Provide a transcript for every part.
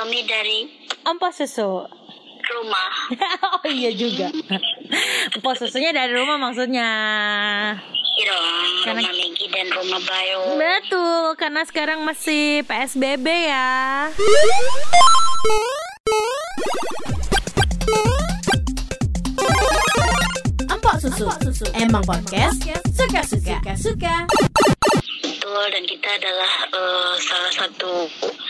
Kami dari Empo Susu. rumah. Oh iya juga. Empo Susunya dari rumah maksudnya. Iya dong, Karena- rumah Megi dan rumah Bayo. Betul, karena sekarang masih PSBB ya. Empok Susu. Emang podcast suka-suka. Betul, dan kita adalah salah satu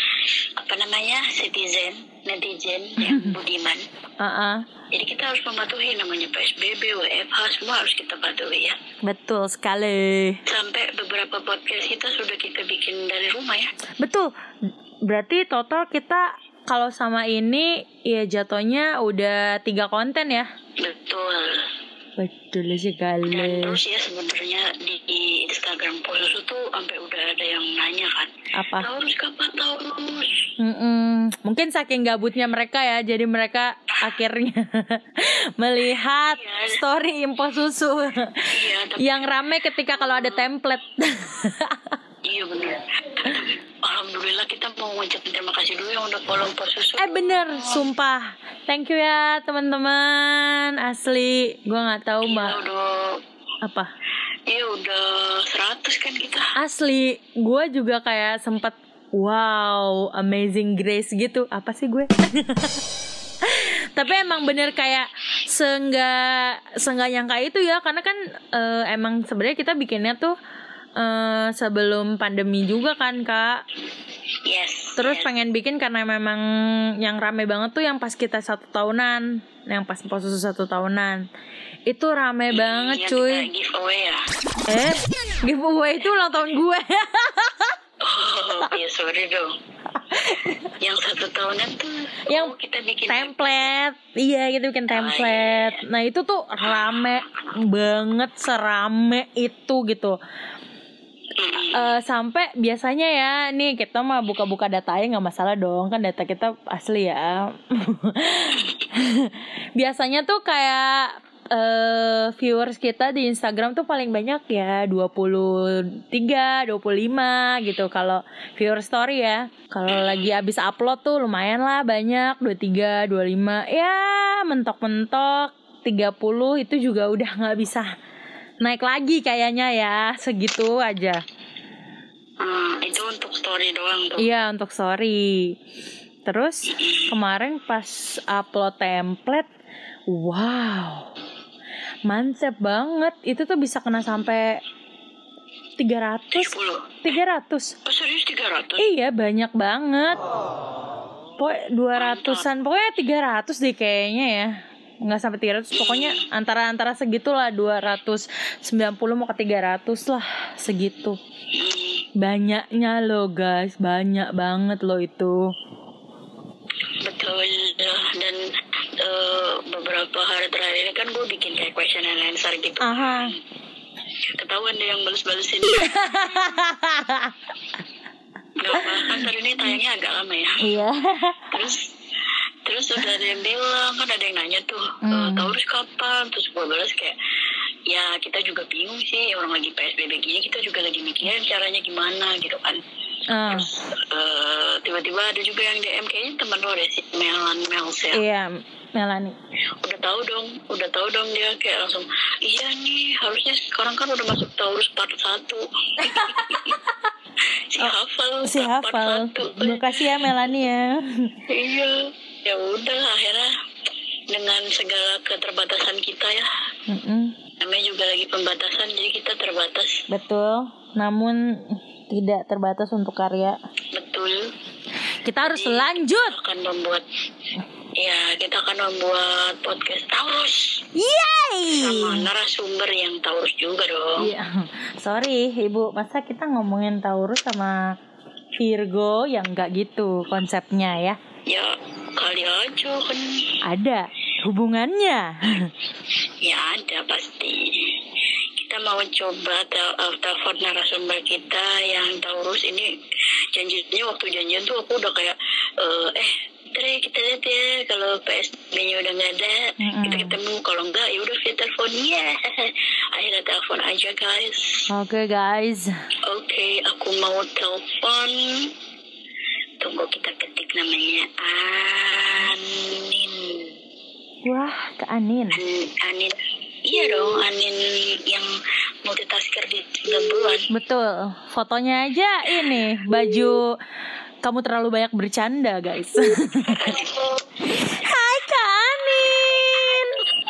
netizen yang budiman. Jadi kita harus mematuhi namanya PSBB, WFH, semua harus kita patuhi ya. Betul sekali. Sampai beberapa podcast kita sudah kita bikin dari rumah ya. Betul. Berarti total kita kalau sama ini ya jatuhnya udah 3 konten ya. Betul. Betul sekali. Dan terus ya sebenarnya di Instagram Posusu tuh sampai udah ada yang nanya kan. Apa? Taurus kapan Taurus? Mungkin saking gabutnya mereka ya, jadi mereka akhirnya melihat story Empo Susu Iya, tapi yang rame ketika kalau ada template. iya benar. Alhamdulillah kita mau ngucapin terima kasih dulu yang udah follow Posusu. Bener, sumpah. Thank you ya teman-teman. Asli, gue nggak tahu Iya, mbak udah apa. Iya udah 100 kan kita. Asli, gue juga kayak sempet wow, amazing grace gitu. Apa sih gue? Tapi emang bener kayak seenggak nyangka itu ya. Karena kan emang sebenarnya kita bikinnya tuh sebelum pandemi juga kan kak. Yes. Terus pengen bikin karena memang yang rame banget tuh yang pas kita 1 tahunan. Yang pas Empo Susu 1 tahunan. Itu rame banget cuy. Kita giveaway ya. Giveaway itu ulang tahun gue. Oh iya sorry dong. Yang 1 tahunan tuh Yang kita bikin template. Iya kita bikin template. Nah itu tuh rame banget, serame itu gitu. Sampai biasanya ya nih kita mah buka-buka datanya nggak masalah dong, kan data kita asli ya. Biasanya tuh kayak viewers kita di Instagram tuh paling banyak ya 23, 25 gitu kalau viewer story ya. Kalau lagi abis upload tuh lumayan lah banyak 23, 25. Ya mentok-mentok 30 itu juga udah nggak bisa naik lagi kayaknya ya, segitu aja. Itu untuk story doang tuh. Iya untuk story. Terus kemarin pas upload template, wow, mantep banget. Itu tuh bisa kena sampai 300. 300. Oh serius 300? Iya banyak banget. Pokoknya 200-an, pokoknya 300 deh kayaknya ya. Nggak sampai 300, pokoknya antara segitulah, 290 mau ke 300 lah, segitu. Banyaknya loh guys, banyak banget loh itu. Betul. Dan beberapa hari terakhir ini kan gue bikin kayak question and answer gitu. Ketahuan deh yang bales-balesin. Gak apa, kan hari ini tayangnya agak lama ya. Iya. Terus udah ada yang bilang, kan ada yang nanya tuh, Taurus kapan? Terus gue balas kayak, ya kita juga bingung sih, orang lagi PSBB gini, kita juga lagi mikirin caranya gimana gitu kan. Terus tiba-tiba ada juga yang DM, kayaknya teman lo deh, si Mels ya. Iya, Melani. Udah tahu dong dia kayak langsung, iya nih harusnya sekarang kan udah masuk Taurus part 1. Si hafal. Terima kasih ya Melani ya. Iya. Ya udah akhirnya dengan segala keterbatasan kita ya. Namanya juga lagi pembatasan, jadi kita terbatas. Betul. Namun tidak terbatas untuk karya. Betul. Kita harus lanjut. Kita akan membuat podcast Taurus. Yeay. Sama narasumber yang Taurus juga dong. Iya. Sorry Ibu, masa kita ngomongin Taurus sama Virgo yang enggak gitu konsepnya ya? Ya kali aja kan. Ada hubungannya. Ya ada pasti. Kita mau coba telepon narasumber kita yang Taurus ini. Waktu janjian tuh aku udah kayak Tre, kita lihat ya kalau PSB-nya udah nggak ada, kita ketemu. Kalau nggak ya udah via telepon ya. Akhirnya telepon aja guys. Oke guys. Oke, aku mau telepon tunggu kita ketik namanya Anin. Wah, ke Anin. Anin. Iya dong, Anin yang multitasker di 90-an. Betul. Fotonya aja ini baju kamu terlalu banyak bercanda, guys. Hai Kak Anin.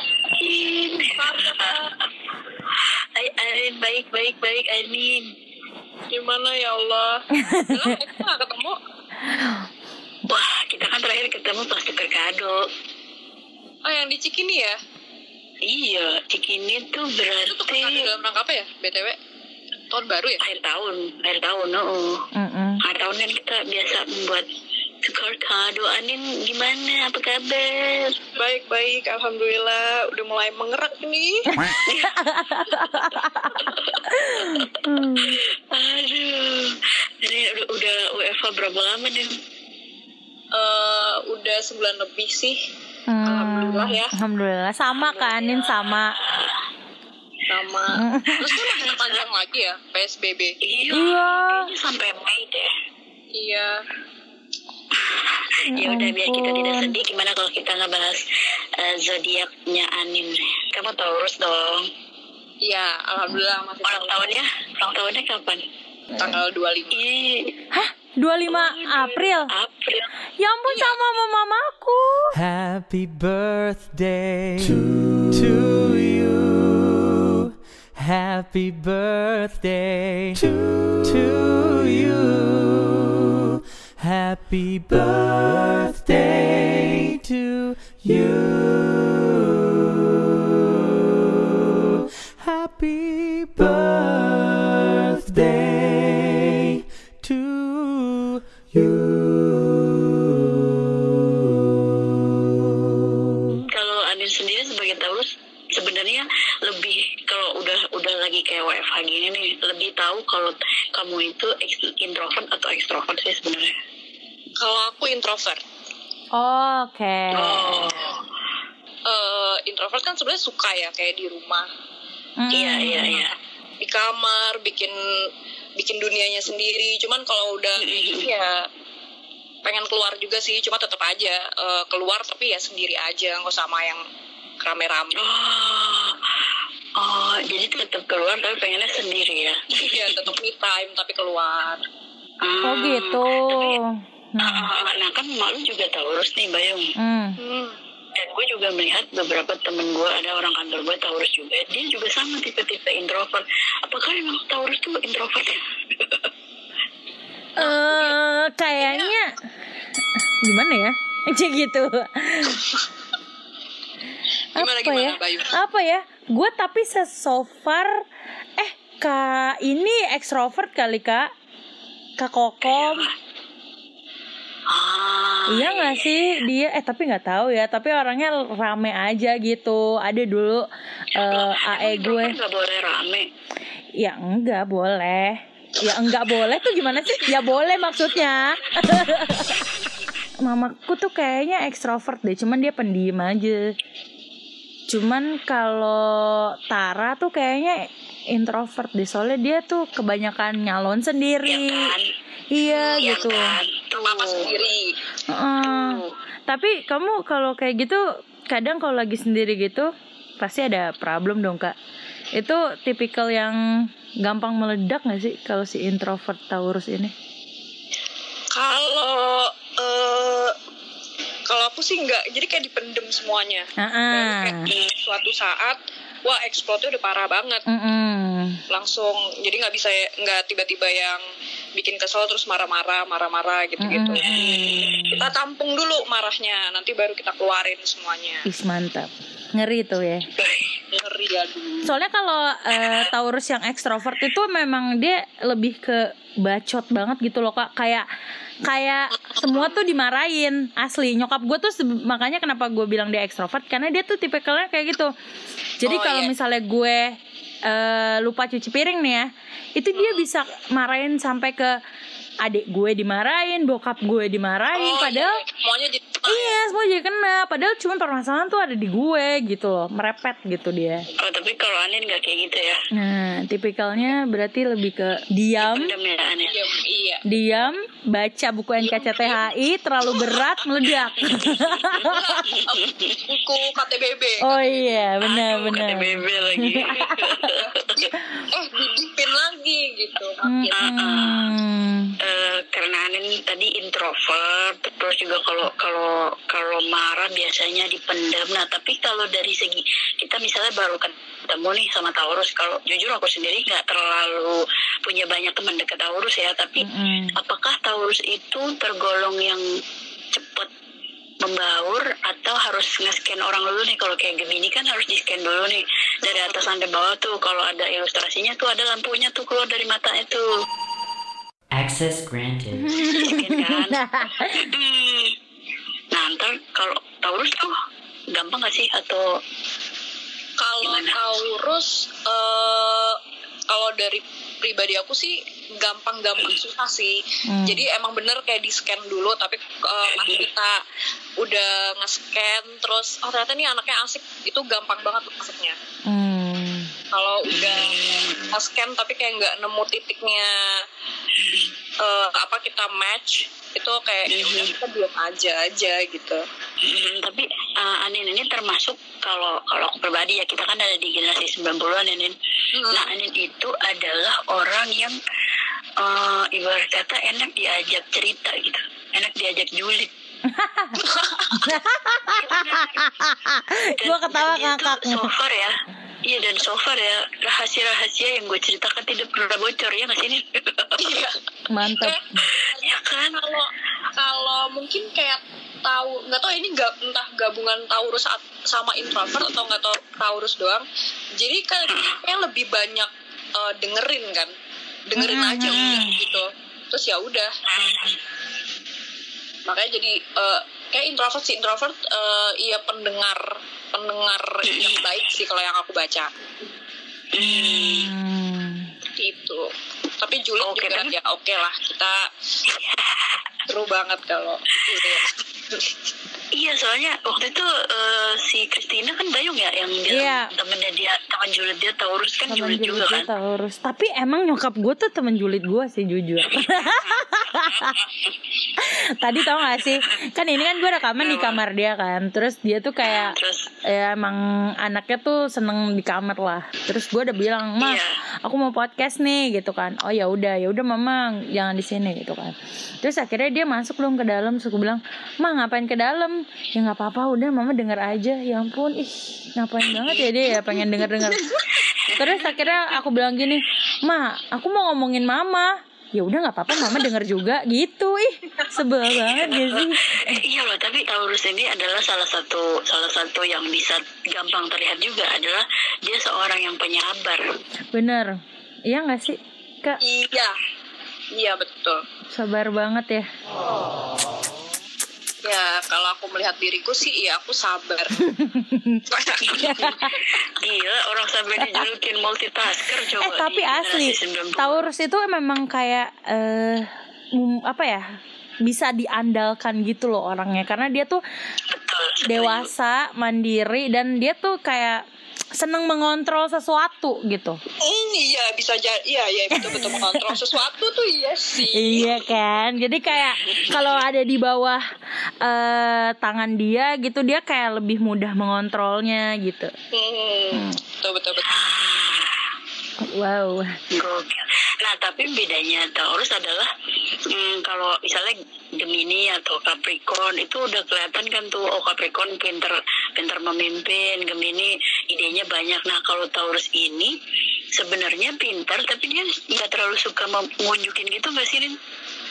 Anin baik Anin. Gimana ya Allah? Kita nggak ketemu. Wah, kita kan terakhir ketemu pas tuker kado. Oh, yang di Cikini ya? Iya, Cikini tuh berarti Itu dalam rangka apa ya? BTW tahun baru ya? akhir tahun. Akhir tahun kan kita biasa membuat tukar kado. Anin gimana? Apa kabar? Baik, alhamdulillah. Udah mulai mengerak nih. Aduh, ini udah WFH berapa lama nih? Udah sebulan lebih sih. Alhamdulillah ya. Alhamdulillah. Sama Kak Anin, sama. Terus kan makin panjang lagi ya PSBB. Iya. Kayaknya sampai Mei deh. Iya. Ya udah, biar kita tidak sedih, gimana kalau kita ngebahas zodiaknya Anin? Kamu Taurus dong. Iya, alhamdulillah masih Ulang tahunnya kapan? tanggal 25. Hah? 25 April? April. Ya ampun, sama mamaku. Happy birthday to you. Happy birthday to you. Happy birthday to you. Happy birthday to you. Kalau Anin sendiri sebagai Taurus sebenarnya lebih, kalau udah lagi kayak WFH gini nih, lebih tahu kalau kamu itu introvert atau ekstrovert sih sebenarnya? Kalau aku introvert. Oke. Introvert kan sebenarnya suka ya kayak di rumah. Iya. Di kamar bikin dunianya sendiri. Cuman kalau udah ya pengen keluar juga sih, cuma tetap aja keluar tapi ya sendiri aja, nggak sama yang rame-rame. Oh, jadi tetap keluar tapi pengennya sendiri ya? Iya, tetap me time tapi keluar. Oh gitu. Nah kan emak lu juga Taurus nih, Bayung. Dan gue juga melihat beberapa temen gue, ada orang kantor gue Taurus juga. Dia juga sama tipe-tipe introvert. Apakah emang Taurus tuh introvert ya? Kayaknya gimana ya? Kayak gitu. Gimana Bayu? Apa ya? Gue tapi so far Kak ini ekstrovert kali Kak. Kak Kokom. Iya nggak sih dia? Tapi nggak tahu ya. Tapi orangnya rame aja gitu. Ada dulu AE gue. Nggak boleh rame. Ya enggak boleh. Ya enggak boleh tuh gimana sih? Ya boleh maksudnya. Mamaku tuh kayaknya ekstrovert deh. Cuman dia pendiam aja. Cuman kalau Tara tuh kayaknya introvert deh. Soalnya dia tuh kebanyakan nyalon sendiri. Iya gitu. Mama sendiri. Tapi kamu kalau kayak gitu, kadang kalau lagi sendiri gitu pasti ada problem dong Kak. Itu tipikal yang gampang meledak nggak sih kalau si introvert Taurus ini? Kalau aku sih enggak, jadi kayak dipendem semuanya. Kayak di suatu saat, wah explode-nya udah parah banget. Langsung, jadi nggak tiba-tiba yang bikin kesel terus marah-marah gitu-gitu. Kita tampung dulu marahnya, nanti baru kita keluarin semuanya. Ih, mantap. Ngeri tuh ya. Ngeri ya dulu. Soalnya kalau Taurus yang ekstrovert itu memang dia lebih ke bacot banget gitu loh Kak. Kayak semua tuh dimarahin. Asli nyokap gue tuh makanya kenapa gue bilang dia ekstrovert, karena dia tuh tipikalnya kayak gitu. Jadi kalau misalnya gue lupa cuci piring nih ya, itu dia bisa marahin sampai ke adik gue dimarahin, bokap gue dimarahin, padahal semuanya jadi iya, semua jadi kena. Padahal cuma permasalahan tuh ada di gue gitu loh, merepet gitu dia. Oh, tapi kalau Anin nggak kayak gitu ya? Nah, tipikalnya berarti lebih ke diam, iya. diam, baca buku NKCTHI terlalu berat meledak. Buku KTBB. Oh iya, benar. KTBB lagi. Didipin lagi gitu. Karena Anin tadi introvert, terus juga kalau marah biasanya dipendam. Nah, tapi kalau dari segi kita misalnya baru ketemu nih sama Taurus, kalau jujur aku sendiri nggak terlalu punya banyak teman dekat Taurus ya, tapi apakah Taurus itu tergolong yang cepet membaur atau harus nge-scan orang dulu nih? Kalau kayak Gemini kan harus di-scan dulu nih dari atas sampai bawah tuh. Kalau ada ilustrasinya tuh ada lampunya tuh keluar dari matanya tuh. Access granted. Kan? Nah, ntar kalau Taurus tuh gampang gak sih atau kalau Taurus kalau dari pribadi aku sih gampang susah sih. Jadi emang bener kayak di scan dulu, tapi pas kita udah nge-scan terus ternyata nih anaknya asik, itu gampang banget masuknya. Kalau udah nge-scan tapi kayak nggak nemu titiknya kita match, itu kayak kita diam aja gitu. Tapi Anin ini termasuk kalau aku pribadi ya, kita kan ada di generasi 90-an Anin. Nah, Anin itu adalah orang yang ibarat kata enak diajak cerita gitu, enak diajak julid. Gue ketawa ngakak. Iya, dan so far ya rahasia-rahasia yang gue ceritakan tidak pernah bocor, ya nggak sih Nin? Iya, mantap. Ya kan, kalau mungkin kayak nggak tahu ini entah gabungan Taurus sama introvert atau nggak tahu Taurus doang. Jadi kayak lebih banyak dengerin aja gitu. Terus ya udah. Makanya jadi kayak introvert iya pendengar yang baik sih kalau yang aku baca. Itu. Tapi julid juga ya oke lah, kita seru banget kalau Iya, soalnya waktu itu si Christina kan Dayung ya yang bilang temennya dia, teman julid dia Taurus kan, julid juga kan. Taurus. Tapi emang nyokap gue tuh temen julid gue sih, jujur. Tadi tau gak sih, kan ini kan gue rekaman di kamar dia kan, terus dia tuh kayak ya emang anaknya tuh seneng di kamar lah. Terus gue udah bilang, "Ma, aku mau podcast nih," gitu kan. "Oh ya udah mama jangan di sini," gitu kan. Terus akhirnya dia masuk dong ke dalam, terus gue bilang, "Ma, ngapain ke dalam?" "Ya nggak apa-apa, udah mama denger aja." Ya ampun, ngapain banget ya dia ya, pengen denger. Terus akhirnya aku bilang gini, "Ma, aku mau ngomongin mama." "Ya udah nggak apa-apa, mama denger juga," gitu. Sebel banget ya sih. Iya loh, tapi Taurus ini adalah salah satu yang bisa gampang terlihat juga adalah dia seorang yang penyabar. Bener, iya nggak sih Kak? Iya betul. Sabar banget ya. Ya kalau aku melihat diriku sih ya aku sabar. Gila, orang sampai dijulukin multitasker coba. Tapi asli Taurus itu memang kayak bisa diandalkan gitu loh orangnya, karena dia tuh dewasa, mandiri, dan dia tuh kayak seneng mengontrol sesuatu gitu. Iya bisa jadi, iya betul mengontrol sesuatu tuh, iya sih. Iya kan, jadi kayak kalau ada di bawah tangan dia gitu, dia kayak lebih mudah mengontrolnya gitu. Betul. Wow. Gokil. Nah, tapi bedanya Taurus adalah kalau misalnya Gemini atau Capricorn itu udah kelihatan kan tuh, oh Capricorn pinter memimpin, Gemini idenya banyak. Nah, kalau Taurus ini sebenarnya pintar tapi dia nggak terlalu suka mengunjukin gitu, nggak sih Rin?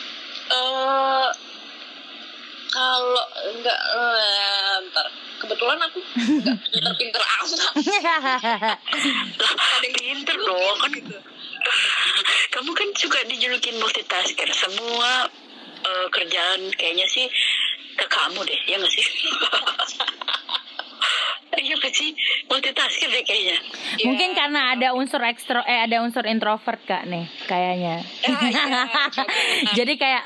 Kalau enggak, ntar kebetulan aku nggak pinter amat. Ada yang pinter dong kan gitu. Kamu kan suka dijulukin multitasker, semua kerjaan kayaknya sih ke kamu deh, ya nggak sih? Iya nggak sih, multitasker deh kayaknya. Mungkin karena ada unsur ada unsur introvert Kak nih kayaknya. Jadi kayak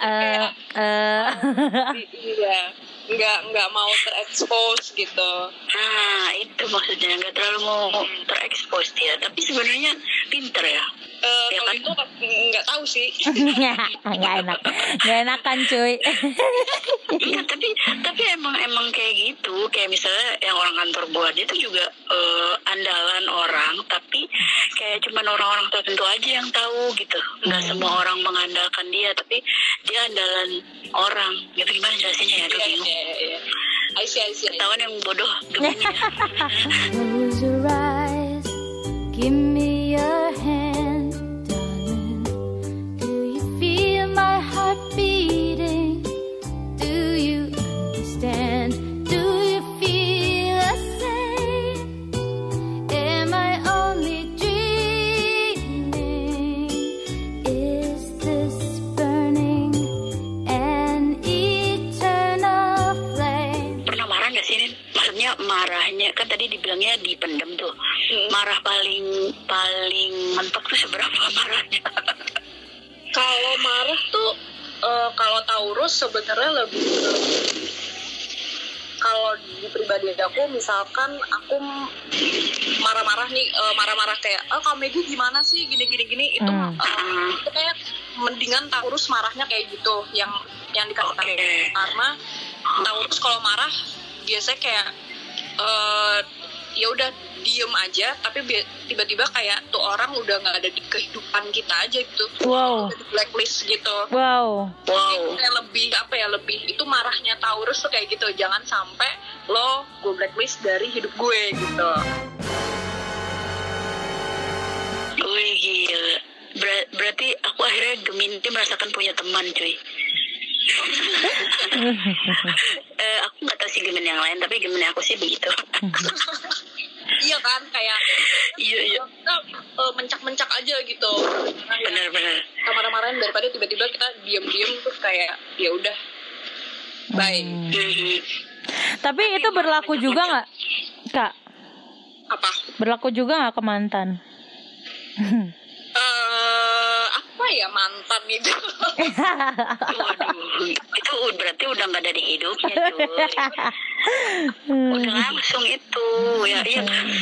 iya, nggak mau terekspos gitu. Nah itu maksudnya, nggak terlalu mau terekspos dia, tapi sebenarnya pinter ya. Ya Kalau kan? itu nggak tahu sih. Nggak enakan cuy. Iya, tapi emang kayak gitu. Kayak misalnya yang orang kantor gua, dia tuh juga andalan orang, tapi kayak cuman orang-orang tertentu aja yang tahu gitu. Nggak semua orang mengandalkan dia, tapi dia andalan orang. Gitu, gimana jelasinnya ya? Aduh, bingung. Iya. I see. Ketahuan yang bodoh Gemini ya. Close your eyes, give me your hand, darling. Do you feel my heart beating? Do you understand? Do you feel the same? Am I only dreaming? Is this burning an eternal flame? Pernah marah nggak sih, Nin? Maksudnya marahnya kan tadi dibilangnya dipendem tuh. Marah paling mentok tuh seberapa marahnya? Kalau marah tuh kalau Taurus sebenarnya lebih kalau di pribadi aku, misalkan aku marah-marah nih, marah-marah kayak Kak Megi gimana sih gini itu itu kayak mendingan Taurus marahnya kayak gitu yang dikatakan. Karena Taurus kalau marah biasanya kayak ya udah diem aja, tapi tiba-tiba kayak tuh orang udah nggak ada di kehidupan kita aja gitu. Wow. Udah di blacklist gitu. Wow. Kayak lebih itu marahnya Taurus tuh kayak gitu, jangan sampai lo gue blacklist dari hidup gue gitu. Wih gila. Berarti aku akhirnya Gemini merasakan punya teman cuy. Aku nggak tahu sih Gemini yang lain, tapi Gemini aku sih begitu. Iya kan, kayak iya. Kita mencak-mencak aja gitu. Benar. Kita marah-marahin daripada tiba-tiba kita diam-diam terus kayak ya udah bye. Tapi itu berlaku juga nggak, Kak? Apa? Berlaku juga nggak ke mantan? Apa ya mantan itu? Waduh, itu berarti udah nggak ada di hidupnya cuy. Udah langsung itu ya, iya.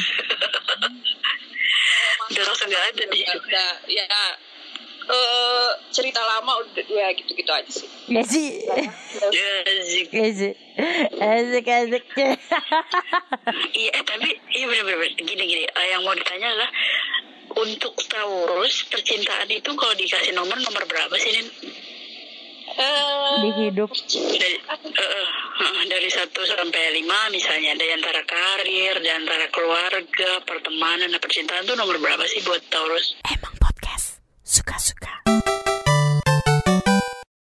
Udah langsung nggak ada di hidup. Udah ya cerita lama udah ya gitu-gitu aja sih. Ya sih. Asik. Asik. Iya, tapi iya benar-benar gini. Yang mau ditanya adalah untuk Taurus percintaan itu kalau dikasih nomor berapa sih, Nin? Di hidup. Dari 1 sampai 5 misalnya, dari antara karir, dari antara keluarga, pertemanan, percintaan tuh nomor berapa sih buat Taurus? Emang